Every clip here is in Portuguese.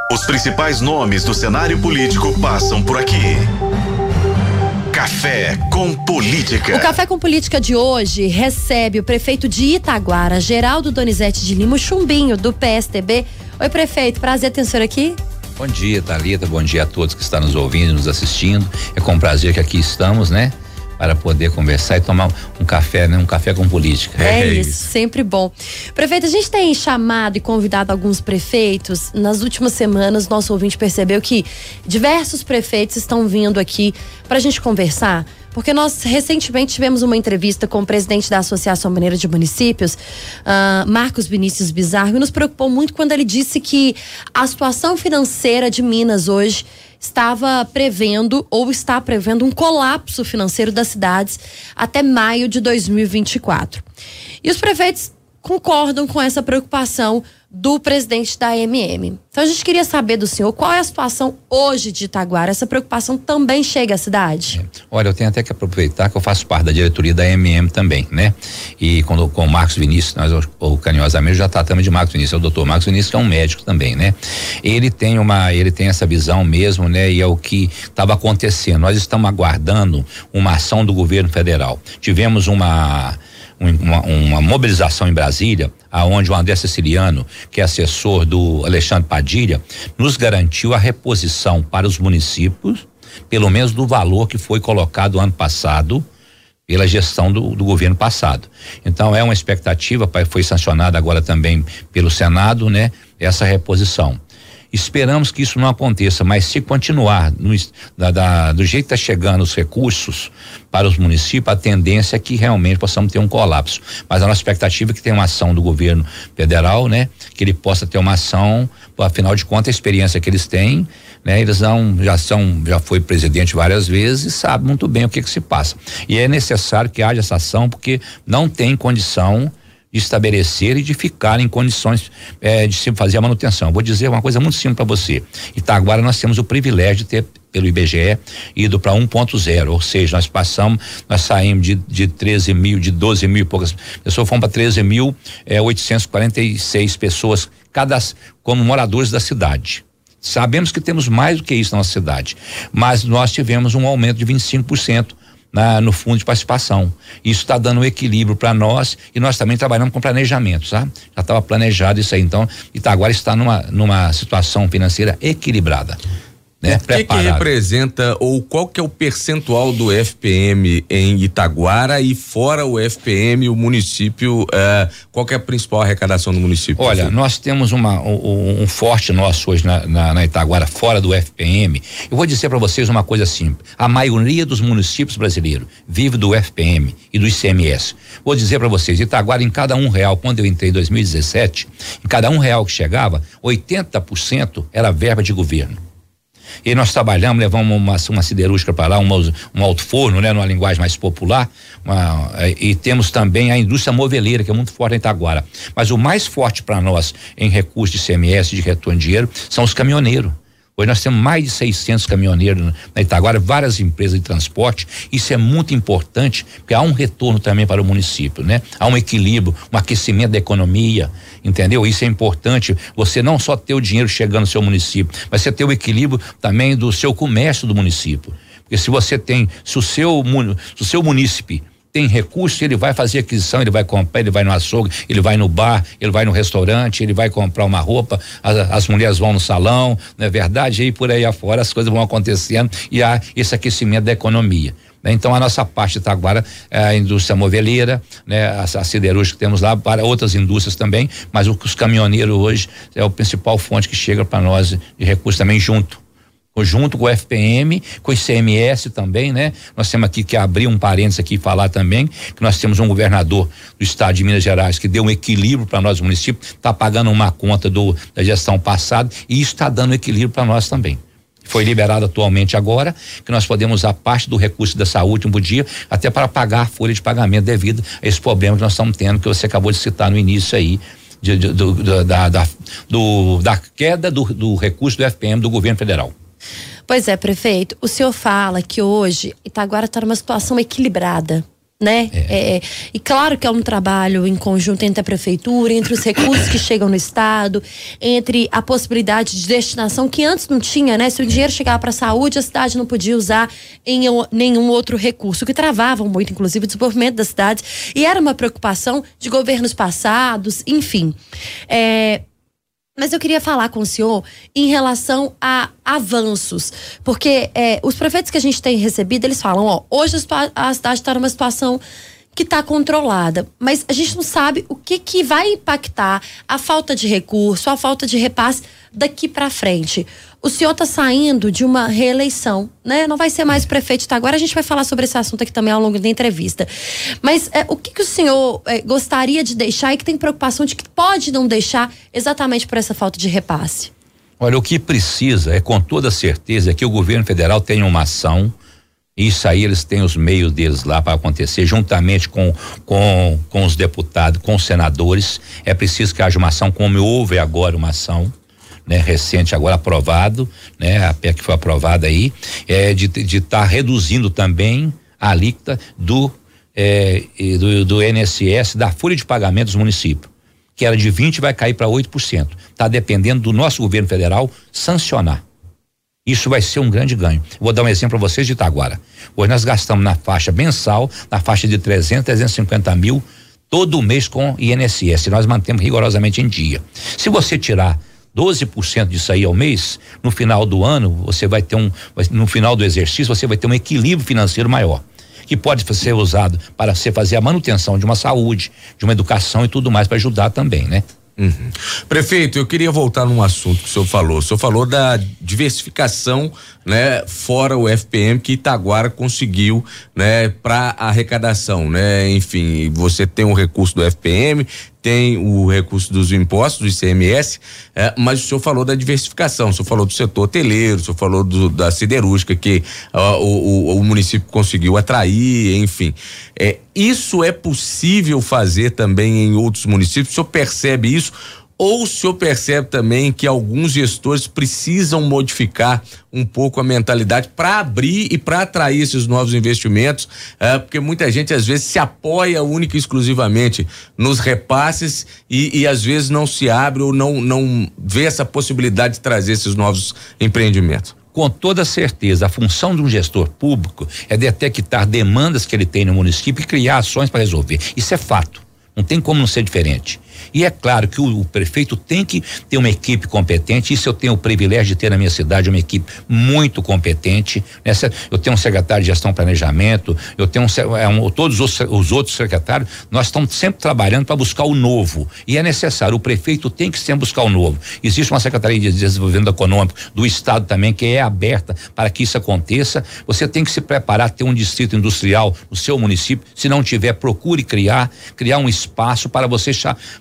Os principais nomes do cenário político passam por aqui. Café com Política. O Café com Política de hoje recebe o prefeito de Itaguara, Geraldo Donizete de Lima, o Chumbinho, do PSDB. Oi, prefeito, prazer ter o senhor aqui. Bom dia, Thalita, bom dia a todos que estão nos ouvindo, nos assistindo. É com prazer que aqui estamos, né? Para poder conversar e tomar um café, né? Um café com política. É isso, sempre bom. Prefeito, a gente tem chamado e convidado alguns prefeitos. Nas últimas semanas, nosso ouvinte percebeu que diversos prefeitos estão vindo aqui para a gente conversar. Porque nós recentemente tivemos uma entrevista com o presidente da Associação Mineira de Municípios, Marcos Vinícius Bizarro, e nos preocupou muito quando ele disse que a situação financeira de Minas hoje estava prevendo ou está prevendo um colapso financeiro das cidades até maio de 2024. E os prefeitos concordam com essa preocupação do presidente da AMM. Então a gente queria saber do senhor qual é a situação hoje de Itaguara. Essa preocupação também chega à cidade? Olha, eu tenho até que aproveitar que eu faço parte da diretoria da AMM também, né? E com o Marcos Vinícius, nós carinhosamente já tratamos de Marcos Vinícius, é o doutor Marcos Vinícius, que é um médico também, né? Ele tem essa visão mesmo, né? E é o que estava acontecendo. Nós estamos aguardando uma ação do governo federal. Tivemos uma mobilização em Brasília, aonde o André Siciliano, que é assessor do Alexandre Padilha, nos garantiu a reposição para os municípios, pelo menos do valor que foi colocado ano passado pela gestão do governo passado. Então é uma expectativa, foi sancionada agora também pelo Senado, né? Essa reposição. Esperamos que isso não aconteça, mas se continuar do jeito que está chegando os recursos para os municípios, a tendência é que realmente possamos ter um colapso. Mas a nossa expectativa é que tenha uma ação do governo federal, né? Que ele possa ter uma ação, afinal de contas a experiência que eles têm, né? Eles já foi presidente várias vezes e sabe muito bem o que se passa. E é necessário que haja essa ação porque não tem condição de estabelecer e de ficar em condições de se fazer a manutenção. Eu vou dizer uma coisa muito simples para você. Itaguara nós temos o privilégio de ter, pelo IBGE, ido para 1.0, ou seja, nós saímos de 13 mil, de 12 mil e poucas pessoas, fomos para 13.846 pessoas, como moradores da cidade. Sabemos que temos mais do que isso na nossa cidade, mas nós tivemos um aumento de 25%. No fundo de participação. Isso está dando um equilíbrio para nós e nós também trabalhamos com planejamento, sabe? Já estava planejado isso aí, então Itaguara está numa situação financeira equilibrada. Né? O que representa ou qual que é o percentual do FPM em Itaguara e fora o FPM, o município, qual que é a principal arrecadação do município? Olha, nós temos um forte nosso hoje na Itaguara, fora do FPM. Eu vou dizer para vocês uma coisa simples, a maioria dos municípios brasileiros vive do FPM e do ICMS. Vou dizer para vocês, Itaguara, em cada R$1, quando eu entrei em 2017, em cada R$1 que chegava, 80% era verba de governo. E nós trabalhamos, levamos uma siderúrgica para lá, um alto forno, né? Numa linguagem mais popular, e temos também a indústria moveleira, que é muito forte em Itaguara. Mas o mais forte para nós em recurso de ICMS, de retorno de dinheiro, são os caminhoneiros. Hoje nós temos mais de 600 caminhoneiros na Itaguara, várias empresas de transporte. Isso é muito importante, porque há um retorno também para o município, né? Há um equilíbrio, um aquecimento da economia, entendeu? Isso é importante, você não só ter o dinheiro chegando no seu município, mas você ter o equilíbrio também do seu comércio do município. Porque se o seu munícipe tem recurso, ele vai fazer aquisição, ele vai comprar, ele vai no açougue, ele vai no bar, ele vai no restaurante, ele vai comprar uma roupa, as mulheres vão no salão, não é verdade? E por aí afora as coisas vão acontecendo e há esse aquecimento da economia. Então a nossa parte de Itaguara é a indústria moveleira, né? A siderúrgica que temos lá, para outras indústrias também, mas os caminhoneiros hoje é o principal fonte que chega para nós de recursos também junto com o FPM, com o ICMS também, né? Nós temos aqui que abrir um parênteses aqui e falar também que nós temos um governador do estado de Minas Gerais que deu um equilíbrio para nós, o município, está pagando uma conta da gestão passada e isso está dando equilíbrio para nós também. Foi liberado atualmente agora, que nós podemos usar parte do recurso da saúde um dia, até para pagar a folha de pagamento devido a esse problema que nós estamos tendo, que você acabou de citar no início aí, da queda do recurso do FPM do governo federal. Pois é, prefeito, o senhor fala que hoje Itaguara está numa situação equilibrada. né? E claro que é um trabalho em conjunto entre a prefeitura, entre os recursos que chegam no estado, entre a possibilidade de destinação que antes não tinha, né? Se o dinheiro chegava para a saúde, a cidade não podia usar em nenhum outro recurso, que travavam muito, inclusive, o desenvolvimento das cidades, e era uma preocupação de governos passados, enfim. Mas eu queria falar com o senhor em relação a avanços, porque os prefeitos que a gente tem recebido, eles falam, hoje a cidade está numa situação que está controlada, mas a gente não sabe o que vai impactar a falta de recurso, a falta de repasse daqui para frente. O senhor está saindo de uma reeleição, né? Não vai ser mais prefeito de Itaguara. A gente vai falar sobre esse assunto aqui também ao longo da entrevista. Mas o que o senhor gostaria de deixar e que tem preocupação de que pode não deixar exatamente por essa falta de repasse? Olha, o que precisa com toda certeza que o governo federal tenha uma ação. Isso aí eles têm os meios deles lá para acontecer, juntamente com os deputados, com os senadores. É preciso que haja uma ação, como houve agora uma ação, né, recente, agora aprovado, né, a PEC que foi aprovada aí, de estar reduzindo também a alíquota do INSS, da folha de pagamento dos municípios, que era de 20% vai cair para 8%. Está dependendo do nosso governo federal sancionar. Isso vai ser um grande ganho. Vou dar um exemplo para vocês de Itaguara. Hoje nós gastamos na faixa mensal, na faixa de 350 mil todo mês com INSS. Nós mantemos rigorosamente em dia. Se você tirar 12% disso aí ao mês, no final do ano, você vai ter no final do exercício, você vai ter um equilíbrio financeiro maior, que pode ser usado para você fazer a manutenção de uma saúde, de uma educação e tudo mais para ajudar também, né? Uhum. Prefeito, eu queria voltar num assunto que o senhor falou. O senhor falou da diversificação, né, fora o FPM que Itaguara conseguiu, né, para arrecadação, né? Enfim, você tem o recurso do FPM, tem o recurso dos impostos, do ICMS, mas o senhor falou da diversificação, o senhor falou do setor hoteleiro, o senhor falou da siderúrgica que o município conseguiu atrair, enfim. Isso é possível fazer também em outros municípios? O senhor percebe isso? Ou o senhor percebe também que alguns gestores precisam modificar um pouco a mentalidade para abrir e para atrair esses novos investimentos, porque muita gente às vezes se apoia única e exclusivamente nos repasses e às vezes não se abre ou não vê essa possibilidade de trazer esses novos empreendimentos? Com toda certeza, a função de um gestor público é detectar demandas que ele tem no município e criar ações para resolver. Isso é fato. Não tem como não ser diferente. E é claro que o prefeito tem que ter uma equipe competente. Isso eu tenho o privilégio de ter na minha cidade uma equipe muito competente. Eu tenho um secretário de gestão e planejamento, eu tenho todos os outros secretários. Nós estamos sempre trabalhando para buscar o novo. E é necessário, o prefeito tem que sempre buscar o novo. Existe uma Secretaria de Desenvolvimento Econômico do Estado também que é aberta para que isso aconteça. Você tem que se preparar, ter um distrito industrial no seu município. Se não tiver, procure criar um espaço para você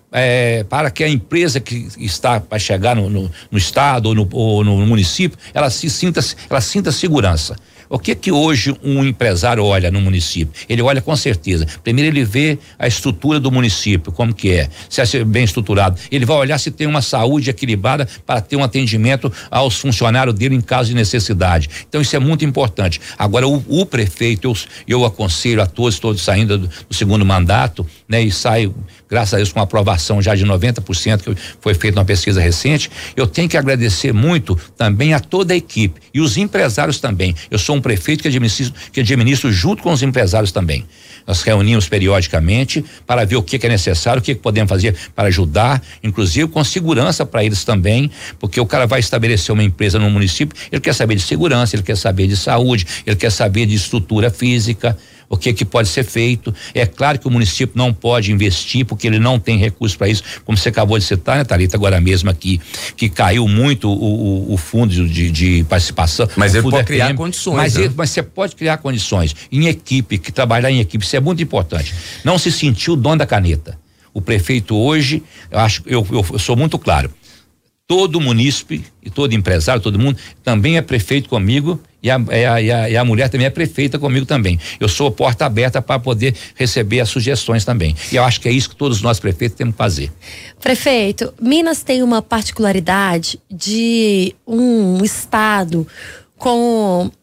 para que a empresa que está para chegar no estado ou no município, ela sinta segurança. O que hoje um empresário olha no município? Ele olha com certeza. Primeiro ele vê a estrutura do município, como que é, se é bem estruturado. Ele vai olhar se tem uma saúde equilibrada para ter um atendimento aos funcionários dele em caso de necessidade. Então isso é muito importante. Agora o prefeito, eu aconselho a todos saindo do segundo mandato, né? E saio, graças a Deus, com uma aprovação já de 90% que foi feita numa pesquisa recente. Eu tenho que agradecer muito também a toda a equipe e os empresários também. Eu sou um prefeito que administro junto com os empresários também. Nós reunimos periodicamente para ver o que é necessário, o que podemos fazer para ajudar, inclusive com segurança para eles também, porque o cara vai estabelecer uma empresa no município, ele quer saber de segurança, ele quer saber de saúde, ele quer saber de estrutura física, o que pode ser feito. É claro que o município não pode investir porque ele não tem recursos para isso, como você acabou de citar, né, Thalita, agora mesmo aqui, que caiu muito o fundo de participação. Mas ele pode criar condições. Mas você pode criar condições em equipe, que trabalhar em equipe, isso é muito importante. Não se sentiu o dono da caneta. O prefeito hoje, eu sou muito claro, todo munícipe e todo empresário, todo mundo também é prefeito comigo e a mulher também é prefeita comigo também. Eu sou a porta aberta para poder receber as sugestões também. E eu acho que é isso que todos nós prefeitos temos que fazer. Prefeito, Minas tem uma particularidade de um estado com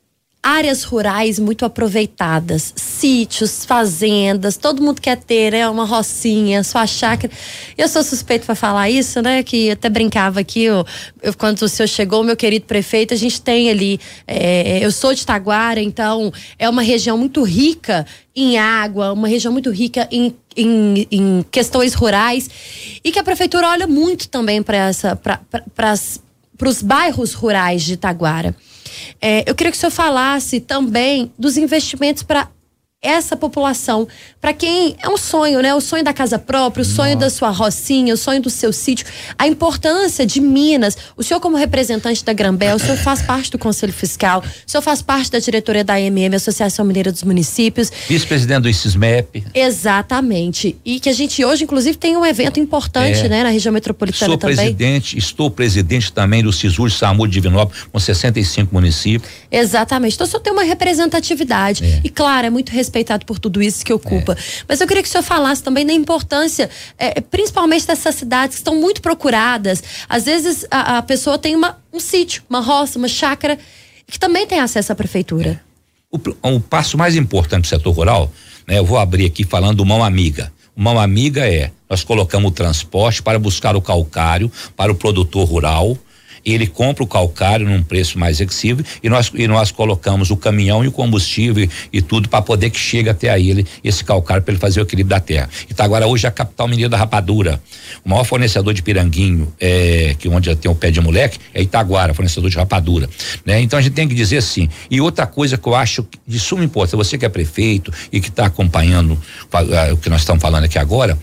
áreas rurais muito aproveitadas, sítios, fazendas, todo mundo quer ter, né, uma rocinha, sua chácara. Eu sou suspeito para falar isso, né, que eu até brincava aqui, quando o senhor chegou, meu querido prefeito, a gente tem ali, eu sou de Taguara, então é uma região muito rica em água, uma região muito rica em questões rurais, e que a prefeitura olha muito também para os bairros rurais de Taguara. Eu queria que o senhor falasse também dos investimentos para essa população, para quem é um sonho, né? O sonho da casa própria, o sonho da sua rocinha, o sonho do seu sítio, a importância de Minas. O senhor, como representante da Granbel, o senhor faz parte do Conselho Fiscal, o senhor faz parte da diretoria da AMM, Associação Mineira dos Municípios. Vice-presidente do ICISMEP. Exatamente. E que a gente hoje, inclusive, tem um evento importante, né? Na região metropolitana também. Estou presidente também do CISUR SAMU de Divinópolis, com 65 municípios. Exatamente. Então, o senhor tem uma representatividade. E, claro, é muito respeitado por tudo isso que ocupa. Mas eu queria que o senhor falasse também da importância, principalmente dessas cidades que estão muito procuradas. Às vezes a pessoa tem um sítio, uma roça, uma chácara, que também tem acesso à prefeitura. O passo mais importante do setor rural, né, eu vou abrir aqui falando do Mão Amiga. O Mão Amiga nós colocamos o transporte para buscar o calcário para o produtor rural. Ele compra o calcário num preço mais acessível e nós colocamos o caminhão e o combustível e tudo para poder que chegue até a ele esse calcário para ele fazer o equilíbrio da terra. Itaguara hoje é a capital mineira da rapadura. O maior fornecedor de piranguinho, que onde já tem o pé de moleque, é Itaguara, fornecedor de rapadura, né? Então a gente tem que dizer assim. E outra coisa que eu acho de suma importância, você que é prefeito e que está acompanhando o que nós estamos falando aqui agora,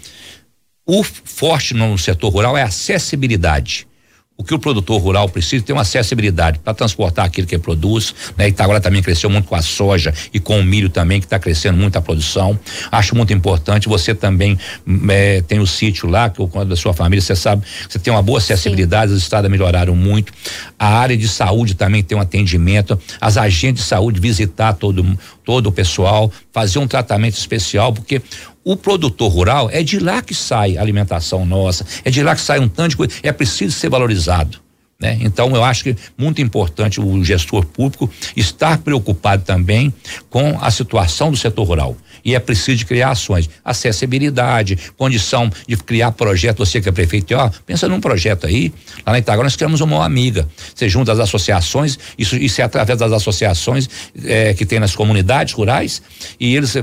o forte no setor rural é a acessibilidade. O que o produtor rural precisa é ter uma acessibilidade para transportar aquilo que ele produz, né? Itaguara também cresceu muito com a soja e com o milho também, que está crescendo muito a produção. Acho muito importante. Você também tem o sítio lá, que da sua família, você sabe, você tem uma boa acessibilidade. Sim. As estradas melhoraram muito. A área de saúde também tem um atendimento. As agentes de saúde visitar todo o pessoal, fazer um tratamento especial, porque o produtor rural é de lá que sai a alimentação nossa, é de lá que sai um tanto de coisa, é preciso ser valorizado, né? Então eu acho que muito importante o gestor público estar preocupado também com a situação do setor rural. E é preciso de criar ações, acessibilidade, condição de criar projeto. Você que é prefeito, pensa num projeto aí. Lá na Itaguara nós criamos uma amiga. Você junta as associações, isso é através das associações que tem nas comunidades rurais, e eles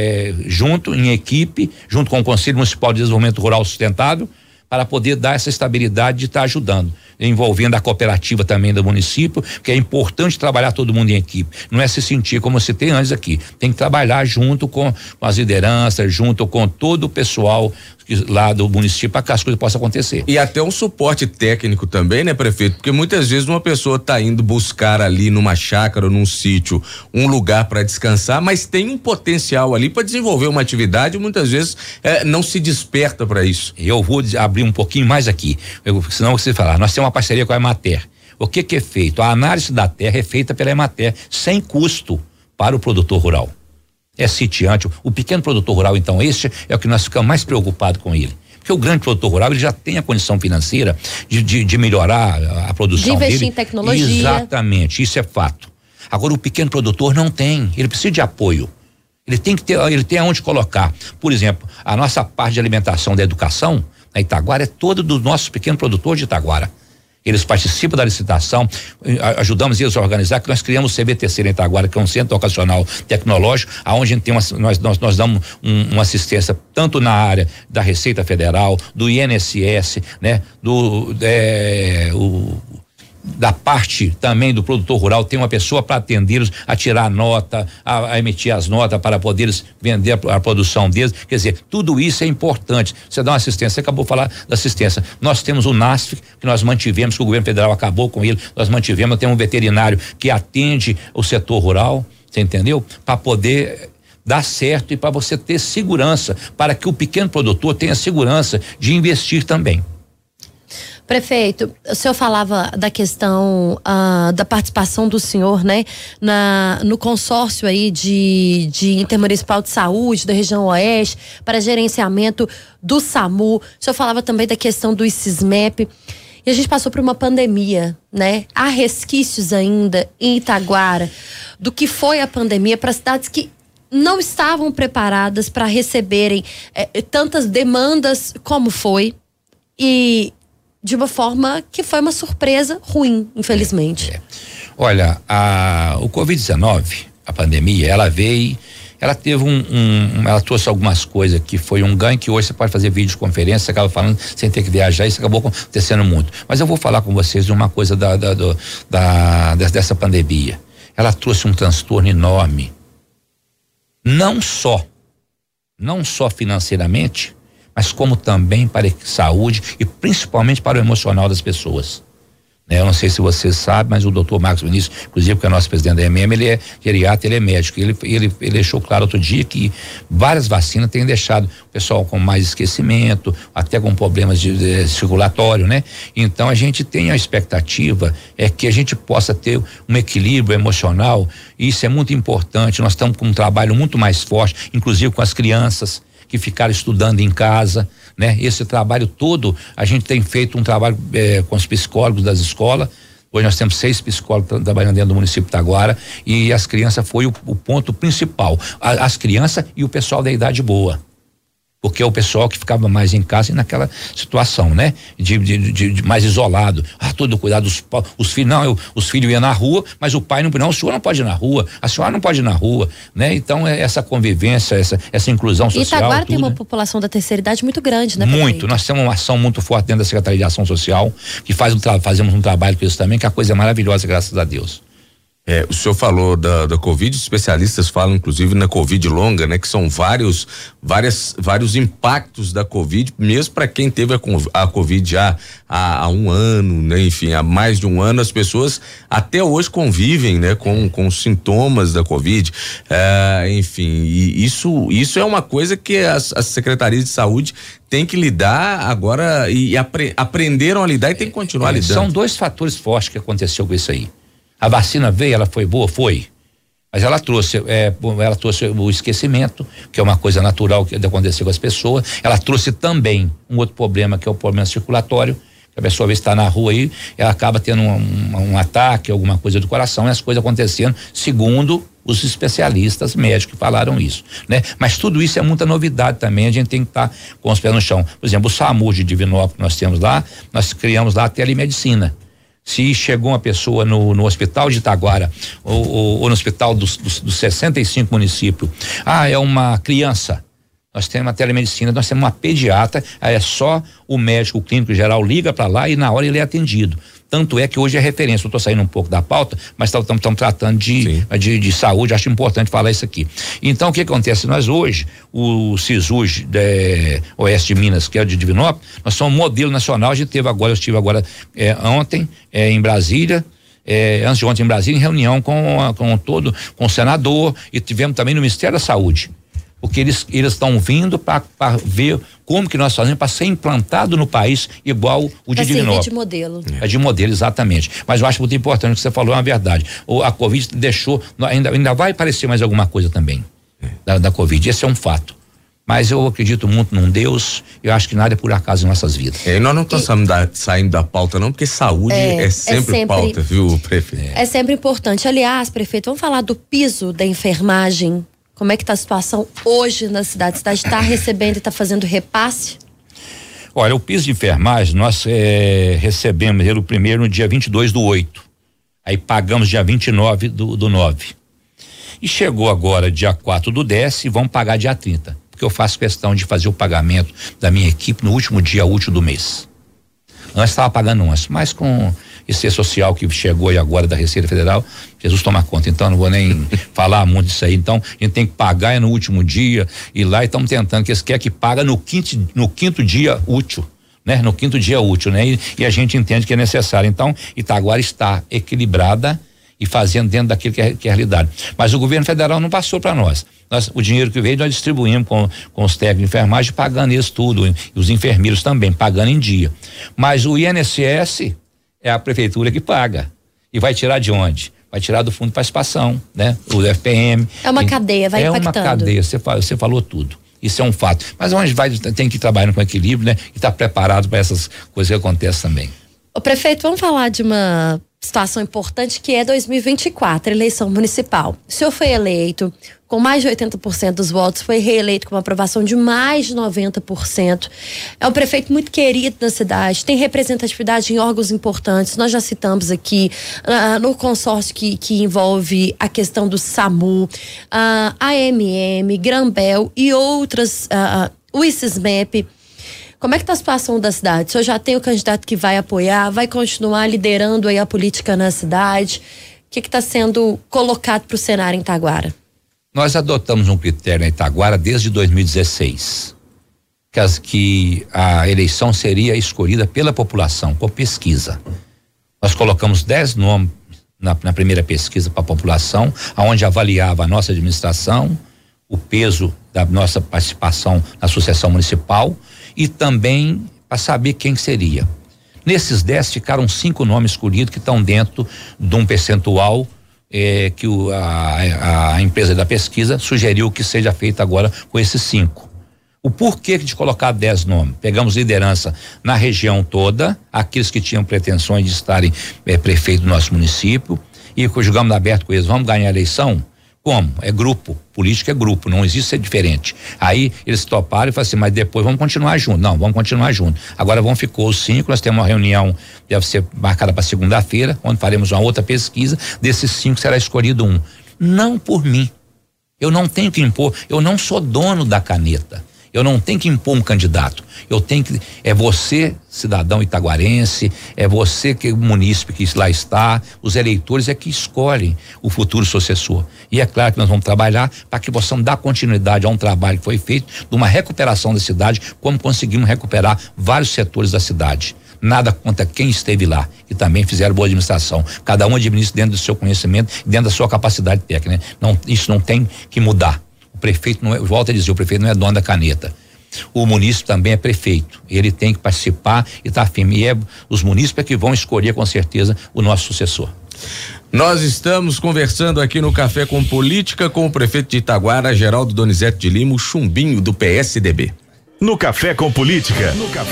junto em equipe, junto com o Conselho Municipal de Desenvolvimento Rural Sustentável, para poder dar essa estabilidade de estar ajudando, envolvendo a cooperativa também do município, que é importante trabalhar todo mundo em equipe, não é se sentir como se tem antes aqui, tem que trabalhar junto com as lideranças, junto com todo o pessoal lá do município para que as coisas possam acontecer. E até um suporte técnico também, né, prefeito? Porque muitas vezes uma pessoa está indo buscar ali numa chácara ou num sítio um lugar para descansar, mas tem um potencial ali para desenvolver uma atividade e muitas vezes não se desperta para isso. Eu vou abrir um pouquinho mais aqui, senão você falar, nós temos uma parceria com a Emater. O que é feito? A análise da terra é feita pela Emater, sem custo para o produtor rural. É sitiante, o pequeno produtor rural, então, esse é o que nós ficamos mais preocupados com ele. Porque o grande produtor rural, ele já tem a condição financeira de melhorar a produção dele. De investir em tecnologia. Exatamente, isso é fato. Agora, o pequeno produtor não tem, ele precisa de apoio. Ele tem aonde colocar. Por exemplo, a nossa parte de alimentação da educação, na Itaguara, é toda do nosso pequeno produtor de Itaguara. Eles participam da licitação, ajudamos eles a organizar, que nós criamos o CBTC na Itaguara, que é um centro educacional tecnológico, aonde a gente tem nós damos uma assistência tanto na área da Receita Federal, do INSS, né? Da parte também do produtor rural, tem uma pessoa para atendê-los, a tirar a nota, a emitir as notas para poder vender a produção deles. Quer dizer, tudo isso é importante. Você dá uma assistência, você acabou de falar da assistência. Nós temos o NASF, que nós mantivemos, que o governo federal acabou com ele, nós mantivemos, temos um veterinário que atende o setor rural, você entendeu? Para poder dar certo e para você ter segurança, para que o pequeno produtor tenha segurança de investir também. Prefeito, o senhor falava da questão da participação do senhor, né, no consórcio aí de intermunicipal de saúde da região oeste para gerenciamento do SAMU. O senhor falava também da questão do ICISMEP. E a gente passou por uma pandemia, né? Há resquícios ainda em Itaguara. do que foi a pandemia para cidades que não estavam preparadas para receberem tantas demandas como foi, e de uma forma que foi uma surpresa ruim, infelizmente. Olha, o Covid-19, a pandemia, ela veio, ela teve ela trouxe algumas coisas que foi um ganho, que hoje você pode fazer videoconferência, você acaba falando sem ter que viajar, isso acabou acontecendo muito. Mas eu vou falar com vocês de uma coisa dessa pandemia. Ela trouxe um transtorno enorme, não só financeiramente, mas como também para a saúde e principalmente para o emocional das pessoas. Eu não sei se você sabe, mas o doutor Marcos Vinícius, inclusive, que é nosso presidente da MM, ele é geriatra, ele é médico. Ele deixou claro outro dia que várias vacinas têm deixado o pessoal com mais esquecimento, até com problemas de circulatório, né? Então a gente tem a expectativa que a gente possa ter um equilíbrio emocional, e isso é muito importante. Nós estamos com um trabalho muito mais forte, inclusive com as crianças que ficaram estudando em casa, né? Esse trabalho todo, a gente tem feito um trabalho com os psicólogos das escolas. Hoje nós temos 6 psicólogos trabalhando dentro do município de Itaguara, e as crianças foi o ponto principal. As crianças e o pessoal da idade boa. Porque é o pessoal que ficava mais em casa e naquela situação, né? De mais isolado. Todo cuidado, os filhos, os filhos iam na rua, mas o pai não, o senhor não pode ir na rua, a senhora não pode ir na rua, né? Então essa convivência, essa inclusão social. Itaguara tem uma população da terceira idade muito grande, né? Muito, nós temos uma ação muito forte dentro da Secretaria de Ação Social, que fazemos um trabalho com isso também, que a coisa é maravilhosa, graças a Deus. O senhor falou da Covid, os especialistas falam inclusive na Covid longa, né? Que são vários impactos da Covid, mesmo para quem teve a Covid já há um ano, né? Enfim, há mais de um ano, as pessoas até hoje convivem, né? Com os sintomas da Covid, enfim, e isso é uma coisa que as secretarias de saúde têm que lidar agora e aprenderam a lidar e tem que continuar lidando. São 2 fatores fortes que aconteceu com isso aí. A vacina veio, ela foi boa? Foi. Mas ela trouxe o esquecimento, que é uma coisa natural que aconteceu com as pessoas. Ela trouxe também um outro problema, que é o problema circulatório, que a pessoa às vezes está na rua aí, ela acaba tendo um ataque, alguma coisa do coração, e as coisas acontecendo, segundo os especialistas médicos que falaram isso, né? Mas tudo isso é muita novidade também, a gente tem que estar com os pés no chão. Por exemplo, o SAMU de Divinópolis que nós temos lá, nós criamos lá a telemedicina. Se chegou uma pessoa no hospital de Itaguara ou no hospital dos 65 municípios, é uma criança, nós temos uma telemedicina, nós temos uma pediatra, é só o médico, o clínico geral liga para lá e na hora ele é atendido. Tanto é que hoje é referência. Eu estou saindo um pouco da pauta, mas estamos tratando de saúde, acho importante falar isso aqui. Então, o que acontece? Nós hoje, o SISUS Oeste de Minas, que é de Divinópolis, nós somos um modelo nacional. Eu estive agora ontem em Brasília, antes de ontem em Brasília, em reunião com o senador, e tivemos também no Ministério da Saúde. Porque eles estão vindo para ver como que nós fazemos para ser implantado no país igual o de Divinópolis. De modelo. É de modelo, exatamente. Mas eu acho muito importante o que você falou, é uma verdade. A Covid deixou, ainda vai aparecer mais alguma coisa também da Covid, esse é um fato. Mas eu acredito muito num Deus, eu acho que nada é por acaso em nossas vidas. E nós não estamos saindo da pauta não, porque saúde é sempre pauta, viu, prefeito? É sempre importante. Aliás, prefeito, vamos falar do piso da enfermagem. Como é que está a situação hoje na cidade? A cidade está recebendo e está fazendo repasse? Olha, o piso de enfermagem, nós recebemos ele primeiro no dia 22/8. Aí pagamos dia 29/9. E chegou agora dia 4/10 e vamos pagar dia 30. Porque eu faço questão de fazer o pagamento da minha equipe no último dia útil do mês. Antes estava pagando antes, mas com esse social que chegou aí agora da Receita Federal, Jesus toma conta, então não vou nem falar muito disso aí. Então a gente tem que pagar no último dia e lá estamos tentando, que eles querem que paga no quinto dia útil, né? No quinto dia útil, né? E a gente entende que é necessário. Então Itaguara está equilibrada e fazendo dentro daquilo que é a realidade. Mas o governo federal não passou para nós. O dinheiro que veio nós distribuímos com os técnicos de enfermagem, pagando isso tudo, e os enfermeiros também, pagando em dia. Mas o INSS é a prefeitura que paga. E vai tirar de onde? Vai tirar do fundo de participação, né? O FPM. É uma cadeia, vai impactando. É uma cadeia, você falou tudo. Isso é um fato. Mas onde tem que ir trabalhando com equilíbrio, né? E estar preparado para essas coisas que acontecem também. Ô prefeito, vamos falar de uma situação importante que é 2024, eleição municipal. O senhor foi eleito com mais de 80% dos votos, foi reeleito com uma aprovação de mais de 90%. É um prefeito muito querido na cidade, tem representatividade em órgãos importantes. Nós já citamos aqui no consórcio que envolve a questão do SAMU, AMM, Grambel e outras, o ICISMEP. Como é que está a situação da cidade? O senhor já tem o candidato que vai apoiar, vai continuar liderando aí a política na cidade? O que está sendo colocado para o cenário em Itaguara? Nós adotamos um critério em Itaguara desde 2016, que a eleição seria escolhida pela população, por pesquisa. Nós colocamos 10 nomes na primeira pesquisa para a população, onde avaliava a nossa administração, o peso da nossa participação na sucessão municipal e também para saber quem seria. Nesses 10 ficaram 5 nomes escolhidos que estão dentro de um percentual que a empresa da pesquisa sugeriu que seja feito agora com esses 5. O porquê de colocar 10 nomes? Pegamos liderança na região toda, aqueles que tinham pretensões de estarem prefeito do nosso município, e jogamos aberto com eles, vamos ganhar a eleição? Como? É grupo, política é grupo, não existe ser diferente. Aí eles toparam e falaram assim, mas depois vamos continuar junto. Não, vamos continuar junto. Agora ficou os 5, nós temos uma reunião, deve ser marcada para segunda-feira, onde faremos uma outra pesquisa, desses 5 será escolhido um. Não por mim, eu não tenho que impor, eu não sou dono da caneta. Eu não tenho que impor um candidato. Eu tenho que. É você, cidadão itaguarense, é você, que munícipe que lá está, os eleitores é que escolhem o futuro sucessor. E é claro que nós vamos trabalhar para que possamos dar continuidade a um trabalho que foi feito de uma recuperação da cidade, como conseguimos recuperar vários setores da cidade. Nada contra quem esteve lá, que também fizeram boa administração. Cada um administra dentro do seu conhecimento, dentro da sua capacidade técnica. Não, isso não tem que mudar. O prefeito não é, volta a dizer, o prefeito não é dono da caneta. O munícipe também é prefeito. Ele tem que participar e estar firme. E é os munícipes que vão escolher com certeza o nosso sucessor. Nós estamos conversando aqui no Café com Política com o prefeito de Itaguara, Geraldo Donizete de Lima, o chumbinho do PSDB. No Café com Política,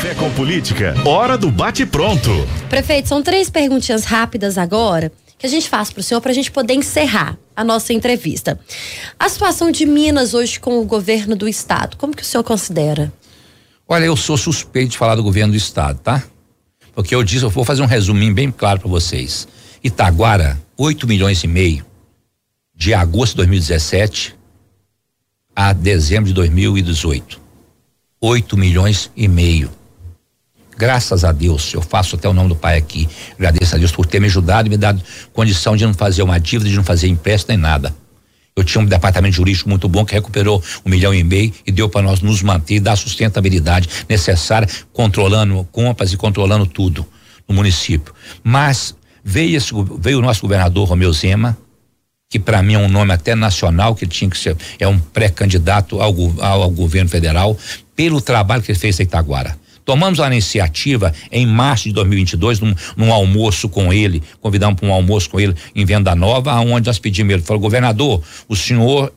hora do bate-pronto. Prefeito, são 3 perguntinhas rápidas agora que a gente faz para o senhor para a gente poder encerrar a nossa entrevista. A situação de Minas hoje com o governo do estado, como que o senhor considera? Olha, eu sou suspeito de falar do governo do estado, tá? Porque eu vou fazer um resuminho bem claro para vocês. Itaguara, 8,5 milhões de agosto de 2017 a dezembro de 2018. 8,5 milhões. Graças a Deus, eu faço até o nome do pai aqui, agradeço a Deus por ter me ajudado e me dado condição de não fazer uma dívida, de não fazer empréstimo nem nada. Eu tinha um departamento jurídico muito bom que recuperou 1,5 milhão e deu para nós nos manter e dar a sustentabilidade necessária, controlando compras e controlando tudo no município. Mas veio o nosso governador Romeu Zema, que para mim é um nome até nacional, que ele tinha que ser, é um pré-candidato ao governo federal, pelo trabalho que ele fez em Itaguara. Tomamos a iniciativa em março de 2022, num almoço com ele, convidamos para um almoço com ele em Venda Nova, aonde nós pedimos ele, falou, governador, o senhor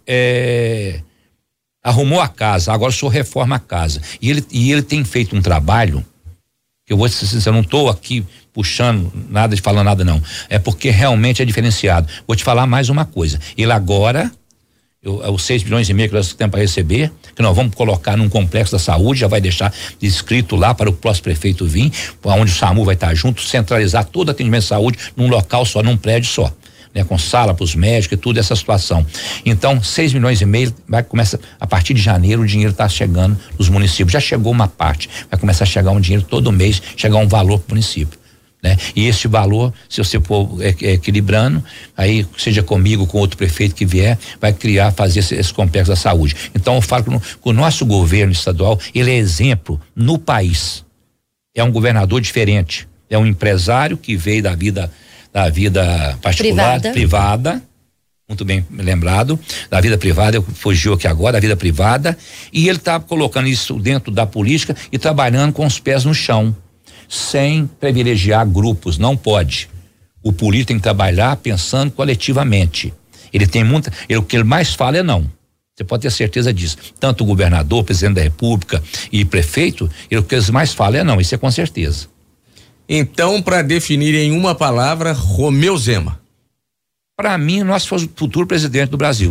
arrumou a casa, agora o senhor reforma a casa. E ele tem feito um trabalho, que eu vou ser sincero, eu não estou aqui puxando nada, de falando nada não, é porque realmente é diferenciado. Vou te falar mais uma coisa, ele agora, os 6,5 milhões que nós temos para receber, que nós vamos colocar num complexo da saúde, já vai deixar escrito lá para o próximo prefeito vir, onde o SAMU vai estar junto, centralizar todo o atendimento de saúde num local só, num prédio só, né? Com sala para os médicos e tudo essa situação. Então, 6,5 milhões vai começar, a partir de janeiro o dinheiro está chegando nos municípios, já chegou uma parte, vai começar a chegar um dinheiro todo mês, chegar um valor para o município. Né? E esse valor, se você for equilibrando, aí seja comigo, com outro prefeito que vier, vai fazer esse complexo da saúde. Então eu falo que o nosso governo estadual, ele é exemplo no país. É um governador diferente, é um empresário que veio da vida particular, privada, muito bem lembrado, da vida privada, fugiu aqui agora, da vida privada, e ele está colocando isso dentro da política e trabalhando com os pés no chão, sem privilegiar grupos, não pode. O político tem que trabalhar pensando coletivamente. O que ele mais fala é não. Você pode ter certeza disso. Tanto o governador, o presidente da República e prefeito, o que eles mais falam é não, isso é com certeza. Então, para definir em uma palavra, Romeu Zema. Para mim, nós fomos o futuro presidente do Brasil.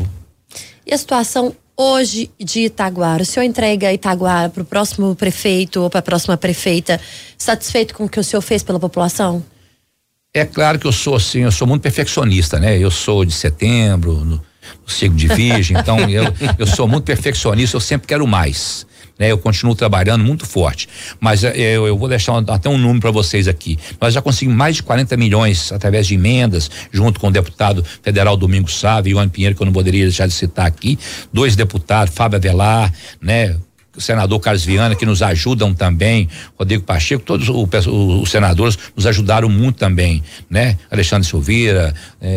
E a situação hoje de Itaguara? O senhor entrega Itaguara para o próximo prefeito ou para a próxima prefeita, satisfeito com o que o senhor fez pela população? É claro que eu sou assim, eu sou muito perfeccionista, né? Eu sou de setembro, no signo de Virgem, então eu sou muito perfeccionista, eu sempre quero mais. Né, eu continuo trabalhando muito forte, mas eu vou deixar até um número para vocês aqui. Nós já conseguimos mais de 40 milhões através de emendas, junto com o deputado federal Domingos Sávio e Ione Pinheiro, que eu não poderia deixar de citar aqui, 2 deputados, Fábio Avelar, né? O senador Carlos Viana, que nos ajudam também, Rodrigo Pacheco, todos os senadores nos ajudaram muito também, né? Alexandre Silveira,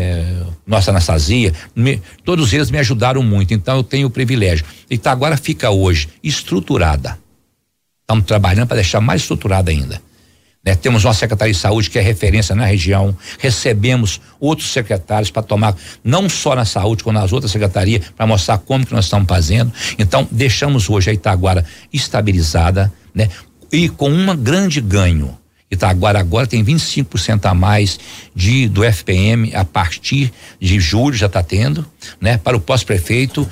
nossa Anastasia, todos eles me ajudaram muito, então eu tenho o privilégio. Itaguara fica hoje estruturada. Estamos trabalhando para deixar mais estruturada ainda. Né? Temos uma secretaria de saúde que é referência na região, recebemos outros secretários para tomar, não só na saúde, como nas outras secretarias, para mostrar como que nós estamos fazendo. Então, deixamos hoje a Itaguara estabilizada, né? E com um grande ganho. Itaguara agora tem 25% a mais do FPM a partir de julho, já está tendo, né? Para o pós-prefeito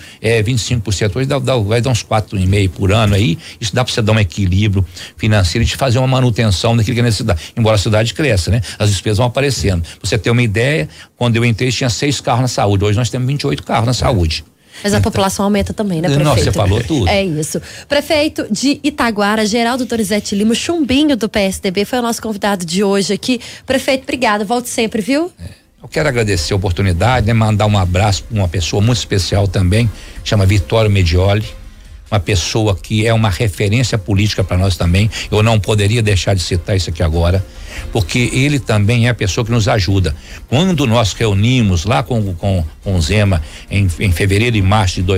25%, hoje vai dar uns 4,5 por ano aí, isso dá para você dar um equilíbrio financeiro de fazer uma manutenção daquilo que é necessidade, embora a cidade cresça, né? As despesas vão aparecendo. Pra você ter uma ideia, quando eu entrei tinha 6 carros na saúde, hoje nós temos 28 carros na saúde. Mas a população aumenta também, né, prefeito? Não, você falou tudo. É isso. Prefeito de Itaguara, Geraldo Donizete Lima, chumbinho do PSDB, foi o nosso convidado de hoje aqui. Prefeito, obrigado, volte sempre, viu? Eu quero agradecer a oportunidade, né? Mandar um abraço para uma pessoa muito especial também, chama Vittorio Medioli, uma pessoa que é uma referência política para nós também. Eu não poderia deixar de citar isso aqui agora, porque ele também é a pessoa que nos ajuda. Quando nós reunimos lá com o Zema em fevereiro e março de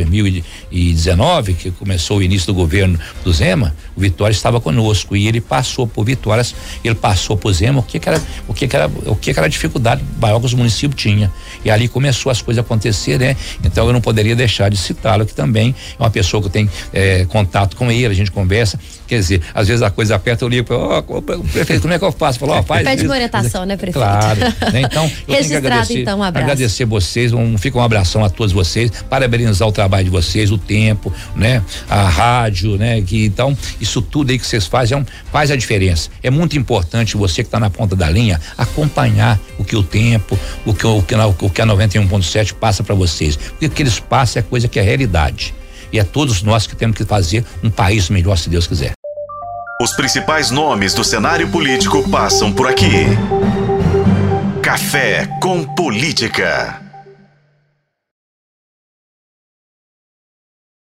2019, que começou o início do governo do Zema, o Vitória estava conosco e ele passou por Vitórias, ele passou por Zema, o que era a dificuldade maior que os municípios tinham. E ali começou as coisas a acontecer, né? Então eu não poderia deixar de citá-lo, que também é uma pessoa que eu tenho contato com ele, a gente conversa, quer dizer, às vezes a coisa aperta, eu ligo para prefeito, como é que eu faço? Falo, pede uma orientação, né, prefeito? Claro, né? Então, eu tenho que agradecer, então, um abraço. Agradecer vocês, fica um abração a todos vocês, parabenizar o trabalho de vocês, o tempo, né? A rádio, né? Que então, isso tudo aí que vocês fazem, faz a diferença. É muito importante você que está na ponta da linha acompanhar o que o tempo, o que a 91.7 passa para vocês, porque o que eles passam é coisa que é realidade. E é todos nós que temos que fazer um país melhor, se Deus quiser. Os principais nomes do cenário político passam por aqui. Café com Política.